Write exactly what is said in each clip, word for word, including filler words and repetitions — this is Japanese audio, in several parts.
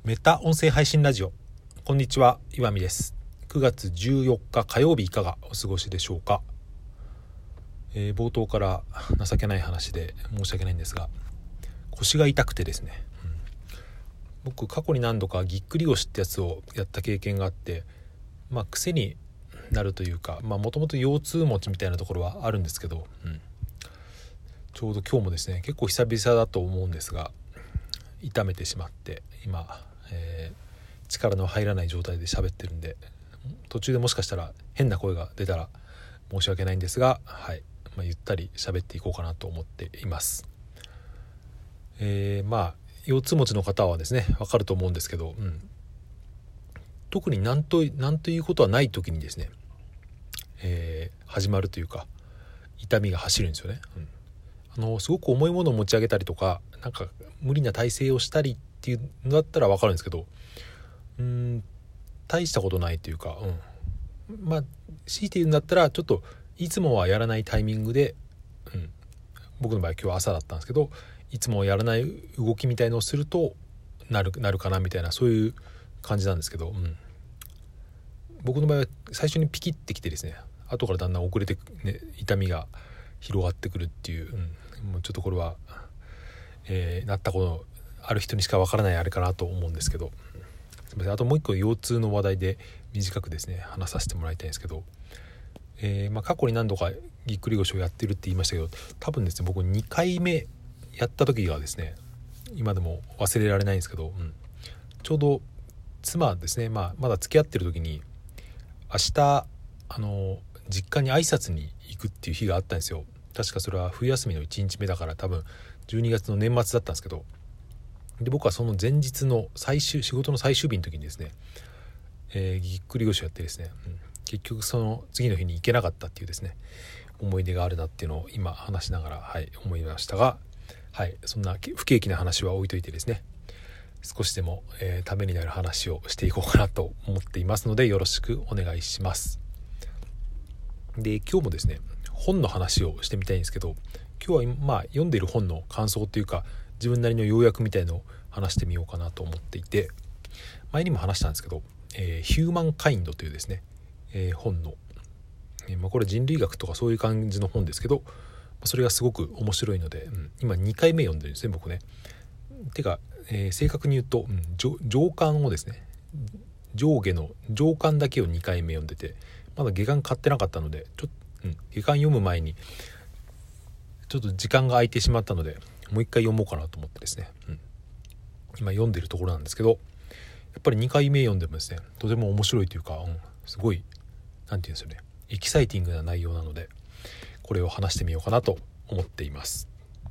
メタ音声配信ラジオ、こんにちは、岩見です。くがつじゅうよっか火曜日、いかがお過ごしでしょうか。えー、冒頭から情けない話で申し訳ないんですが、腰が痛くてですね、うん、僕過去に何度かぎっくり腰ってやつをやった経験があって、まあ癖になるというか、まあもともと腰痛持ちみたいなところはあるんですけど、うん、ちょうど今日もですね、結構久々だと思うんですが、痛めてしまって今、えー、力の入らない状態で喋ってるんで、途中でもしかしたら変な声が出たら申し訳ないんですが、はい、まあ、ゆったり喋っていこうかなと思っています。えー、まあ腰痛持ちの方はですね分かると思うんですけど、うん、特に何と何ということはない時にですね、えー、始まるというか痛みが走るんですよね。うん、あのすごく重いものを持ち上げたりとか、なんか無理な体勢をしたりっていうのだったら分かるんですけど、うーん大したことないというか、うん、まあ強いて言うんだったらちょっといつもはやらないタイミングで、うん、僕の場合今日は朝だったんですけど、いつもはやらない動きみたいのをするとなる、なるかなみたいな、そういう感じなんですけど、うん、僕の場合は最初にピキッてきてですね、後からだんだん遅れて、ね、痛みが広がってくるっていう、うん、もうちょっとこれは、えー、なったことある人にしかわからないあれかなと思うんですけど、すみません。あともう一個腰痛の話題で短くですね話させてもらいたいんですけど、えーまあ、過去に何度かぎっくり腰をやってるって言いましたけど、多分ですね僕にかいめやった時がですね今でも忘れられないんですけど、うん、ちょうど妻ですね、まあ、まだ付き合ってる時に明日あの実家に挨拶に行くっていう日があったんですよ。確かそれは冬休みのいちにちめだから多分じゅうにがつの年末だったんですけど、で僕はその前日の最終仕事の最終日の時にですね、えー、ぎっくり腰をやってですね、うん、結局その次の日に行けなかったっていうですね思い出があるなっていうのを今話しながら、はい、思いましたが、はい、そんな不景気な話は置いといてですね、少しでも、えー、ためになる話をしていこうかなと思っていますのでよろしくお願いします。で今日もですね本の話をしてみたいんですけど、今日はまあ読んでいる本の感想というか自分なりの要約みたいのを話してみようかなと思っていて、前にも話したんですけど、えー、ヒューマンカインドというですね、えー、本の、えーまあ、これ人類学とかそういう感じの本ですけど、それがすごく面白いので、うん、今にかいめ読んでるんですね僕ね。てか、えー、正確に言うと、うん、上, 上巻をですね上下の上巻だけをにかいめ読んでて、まだ下巻買ってなかったのでちょっと、うん、下巻読む前にちょっと時間が空いてしまったのでもう一回読もうかなと思ってですね、うん、今読んでるところなんですけど、やっぱりにかいめ読んでもですねとても面白いというか、うん、すごいなんていうんですよね、エキサイティングな内容なのでこれを話してみようかなと思っています。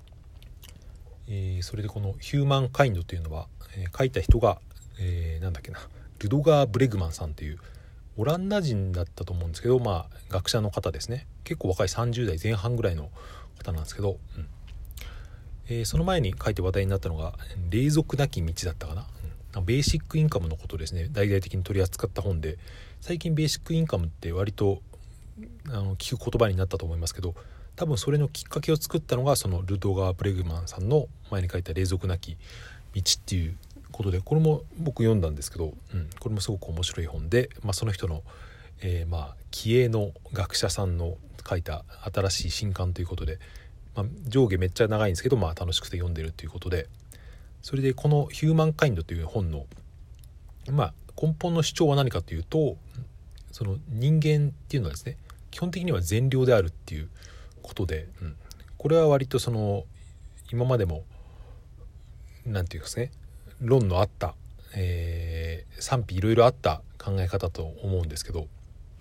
えー、それでこのヒューマンカインドというのは、えー、書いた人が、えー、なんだっけなルドガー・ブレグマンさんというオランダ人だったと思うんですけど、まあ学者の方ですね。結構若いさんじゅうだいぜん半ぐらいの方なんですけど、うんえー、その前に書いて話題になったのが霊俗なき道だったかな、うん、ベーシックインカムのことですね大々的に取り扱った本で、最近ベーシックインカムって割とあの聞く言葉になったと思いますけど、多分それのきっかけを作ったのがそのルドガー・ブレグマンさんの前に書いた霊俗なき道っていうことで、これも僕読んだんですけど、うん、これもすごく面白い本で、まあ、その人の、えー、まあ気鋭の学者さんの書いた新しい新刊ということで、まあ、上下めっちゃ長いんですけど、まあ、楽しくて読んでるということで、それでこのヒューマンカインドという本の、まあ、根本の主張は何かというと、その人間っていうのはですね基本的には善良であるっていうことで、うん、これは割とその今までもなんていうんですね論のあった、えー、賛否いろいろあった考え方と思うんですけど、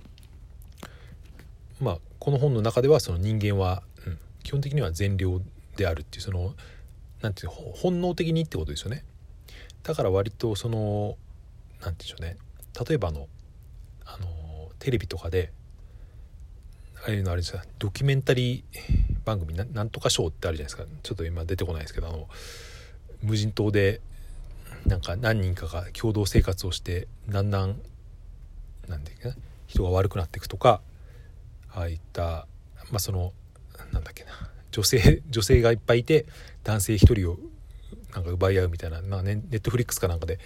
まあこの本の中ではその人間は、うん、基本的には善良であるっていう、そのなんていう本能的にってことですよね。だから割とそのなんていうんでしょうね、例えばあのあのテレビとかでああいうのあれですか、ドキュメンタリー番組 な, なんとかショーってあるじゃないですか。ちょっと今出てこないですけど、あの無人島でなんか何人かが共同生活をしてだんだんなんていうかな人が悪くなっていくとか、ああいったまあそのなんだっけな女性女性がいっぱいいて男性一人をなんか奪い合うみたいな、まあね、ネットフリックスかなんかで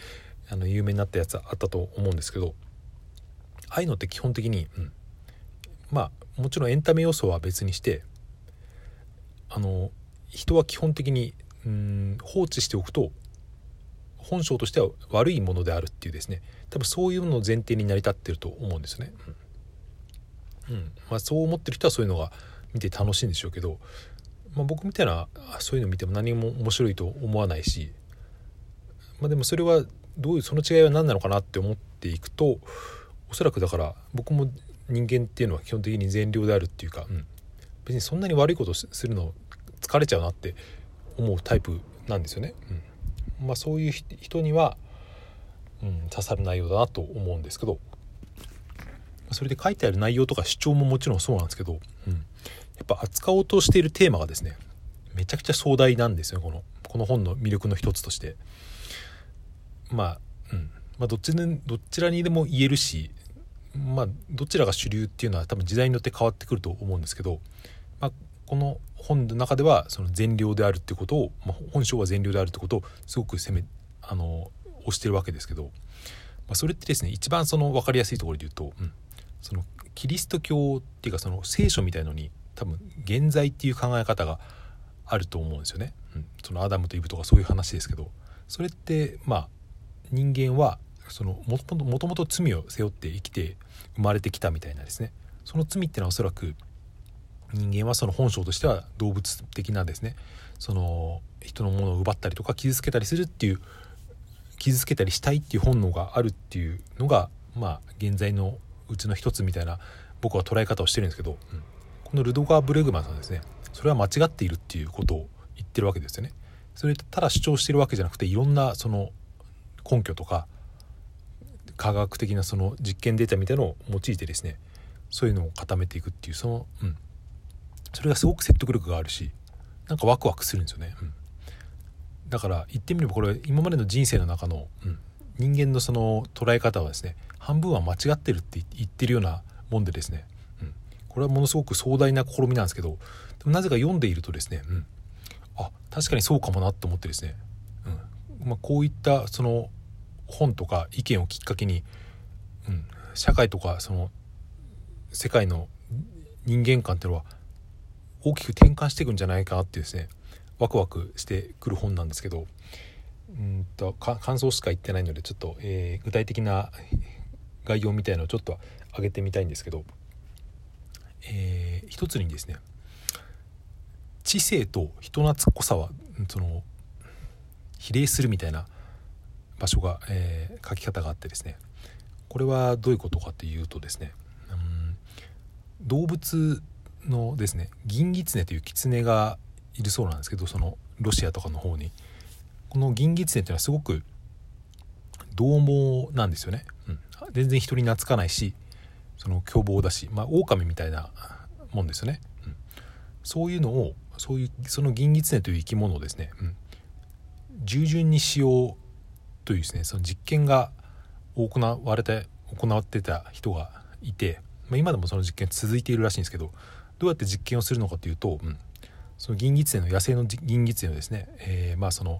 あの有名になったやつあったと思うんですけど、ああいうのって基本的に、うん、まあもちろんエンタメ要素は別にして、あの人は基本的にうん放置しておくと本性としては悪いものであるっていうですね、多分そういうのを前提に成り立ってると思うんですね。うんうんまあ、そう思ってる人はそういうのが見て楽しいんでしょうけど、まあ、僕みたいなそういうの見ても何も面白いと思わないし、まあ、でもそれはどういうその違いは何なのかなって思っていくと、おそらくだから僕も人間っていうのは基本的に善良であるっていうか、うん、別にそんなに悪いことするの疲れちゃうなって思うタイプなんですよね。うんまあ、そういう人には、うん、刺さる内容だなと思うんですけど、それで書いてある内容とか主張ももちろんそうなんですけど、うん、やっぱ扱おうとしているテーマがですねめちゃくちゃ壮大なんですよ。このこの本の魅力の一つとして、まあ、うんまあ、どっちでどちらにでも言えるし、まあ、どちらが主流っていうのは多分時代によって変わってくると思うんですけど、まあ、この本の中ではその善良であるってことを、まあ、本性は善良であるってことをすごく攻めあの推してるわけですけど、まあ、それってですね一番その分かりやすいところで言うと、うん、そのキリスト教っていうかその聖書みたいのに多分現在っていう考え方があると思うんですよね。うん、そのアダムとイブとかそういう話ですけど、それってまあ人間はそのもともともと罪を背負って生きて生まれてきたみたいなですね、その罪っていうのはおそらく人間はその本性としては動物的なですね、その人のものを奪ったりとか傷つけたりするっていう傷つけたりしたいっていう本能があるっていうのがまあ現在のうちの一つみたいな僕は捉え方をしてるんですけど、うん、このルドガー・ブレグマンさんですね、それは間違っているっていうことを言ってるわけですよね。それただ主張してるわけじゃなくて、いろんなその根拠とか科学的なその実験データみたいなのを用いてですね、そういうのを固めていくっていうその、うん、それがすごく説得力があるし、なんかワクワクするんですよね。うん、だから言ってみればこれ今までの人生の中の、うん、人間のその捉え方はですね半分は間違ってるって言ってるようなもんでですね、うん、これはものすごく壮大な試みなんですけど、でもなぜか読んでいるとですね、うん、あ確かにそうかもなと思ってですね、うんまあ、こういったその本とか意見をきっかけに、うん、社会とかその世界の人間観っていうのは大きく転換していくんじゃないかなってですねワクワクしてくる本なんですけど、うんと感想しか言ってないのでちょっと、えー、具体的な概要みたいなのをちょっと上げてみたいんですけど、えー、一つにですね知性と人懐っこさはその比例するみたいな場所が、えー、書き方があってですね、これはどういうことかというとですね、うん動物のですねギンギツネというキツネがいるそうなんですけど、そのロシアとかの方にこのギンギツネっていうのはすごく獰猛なんですよね。うん、全然人に懐かないしその凶暴だし、まあ狼みたいなもんですよね。うん、そういうのをそういうそのギンギツネという生き物をですね、うん、従順にしようというですねその実験が行われて行ってた人がいて、まあ、今でもその実験続いているらしいんですけど、どうやって実験をするのかというと、うん、そのギンギツネの野生のギンギツネをですね、えー、まあその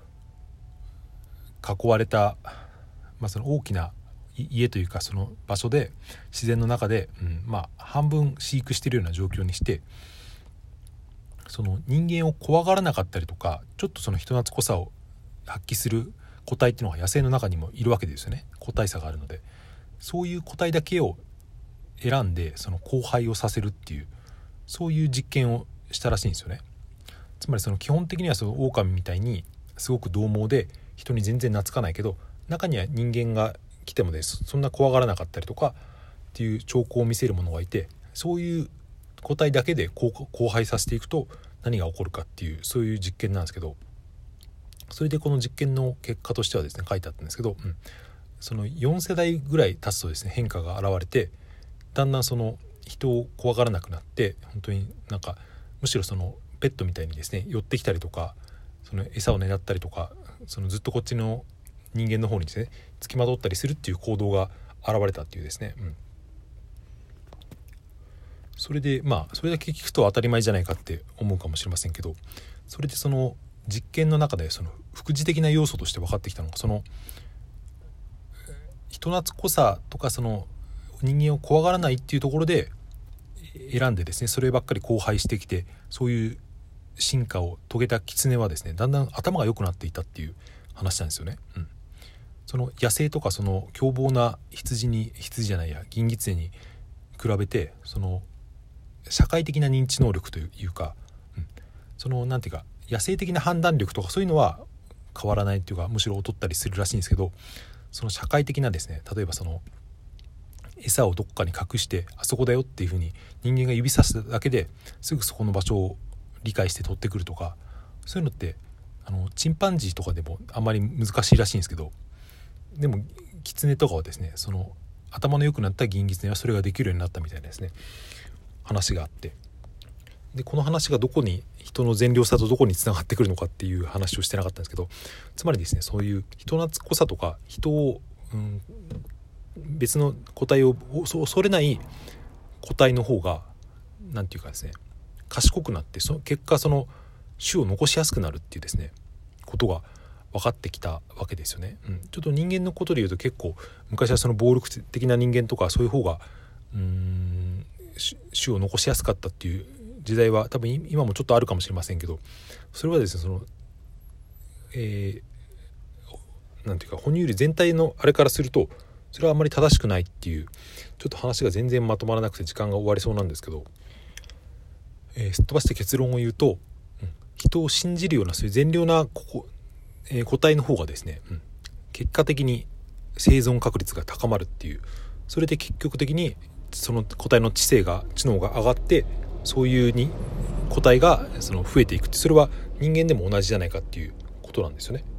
囲われた、まあ、その大きな家というかその場所で自然の中で、うんまあ、半分飼育しているような状況にして、その人間を怖がらなかったりとかちょっとその人懐っこさを発揮する個体っていうのが野生の中にもいるわけですよね。個体差があるので、そういう個体だけを選んでその交配をさせるっていうそういう実験をしたらしいんですよね。つまりその基本的にはその狼みたいにすごく獰猛で人に全然懐かないけど、中には人間が来てもねそんな怖がらなかったりとかっていう兆候を見せるものがいて、そういう個体だけで交配させていくと何が起こるかっていうそういう実験なんですけど、それでこの実験の結果としてはですね書いてあったんですけど、うん、そのよん世代ぐらい経つとですね変化が現れて、だんだんその人を怖がらなくなって、本当になんかむしろそのペットみたいにですね寄ってきたりとか、その餌を狙ったりとか、そのずっとこっちの人間の方にですね付きまとったりするっていう行動が現れたっていうですね、うん、それでまあそれだけ聞くと当たり前じゃないかって思うかもしれませんけど、それでその実験の中でその副次的な要素として分かってきたのが、その人懐っこさとかその人間を怖がらないっていうところで選んでですね、そればっかり荒廃してきて、そういう進化を遂げた狐はですね、だんだん頭が良くなっていたっていう話なんですよね。うん、その野生とかその凶暴な羊に羊じゃないや銀狐に比べて、その社会的な認知能力というか、うん、そのなんていうか野生的な判断力とかそういうのは変わらないというか、むしろ劣ったりするらしいんですけど、その社会的なですね、例えばその餌をどこかに隠してあそこだよっていう風に人間が指さすだけですぐそこの場所を理解して取ってくるとか、そういうのってあのチンパンジーとかでもあんまり難しいらしいんですけど、でもキツネとかはですね、その頭の良くなった銀狐はそれができるようになったみたいなですね話があって、でこの話がどこに人の善良さとどこにつながってくるのかっていう話をしてなかったんですけど、つまりですね、そういう人懐っこさとか人を、うん、別の個体を恐れない個体の方がなんていうかですね、賢くなって、その結果その種を残しやすくなるっていうですねことが分かってきたわけですよね。うん、ちょっと人間のことで言うと、結構昔はその暴力的な人間とかそういう方がうーん種を残しやすかったっていう時代は多分今もちょっとあるかもしれませんけど、それはですね、その、えー、なんていうか哺乳類全体のあれからするとそれはあんまり正しくないっていう、ちょっと話が全然まとまらなくて時間が終わりそうなんですけど、えー、すっ飛ばして結論を言うと、うん、人を信じるようなそういう善良なここ、えー、個体の方がですね、うん、結果的に生存確率が高まるっていう、それで結局的にその個体の知性が知能が上がって、そういうに個体がその増えていくって、それは人間でも同じじゃないかっていうことなんですよね。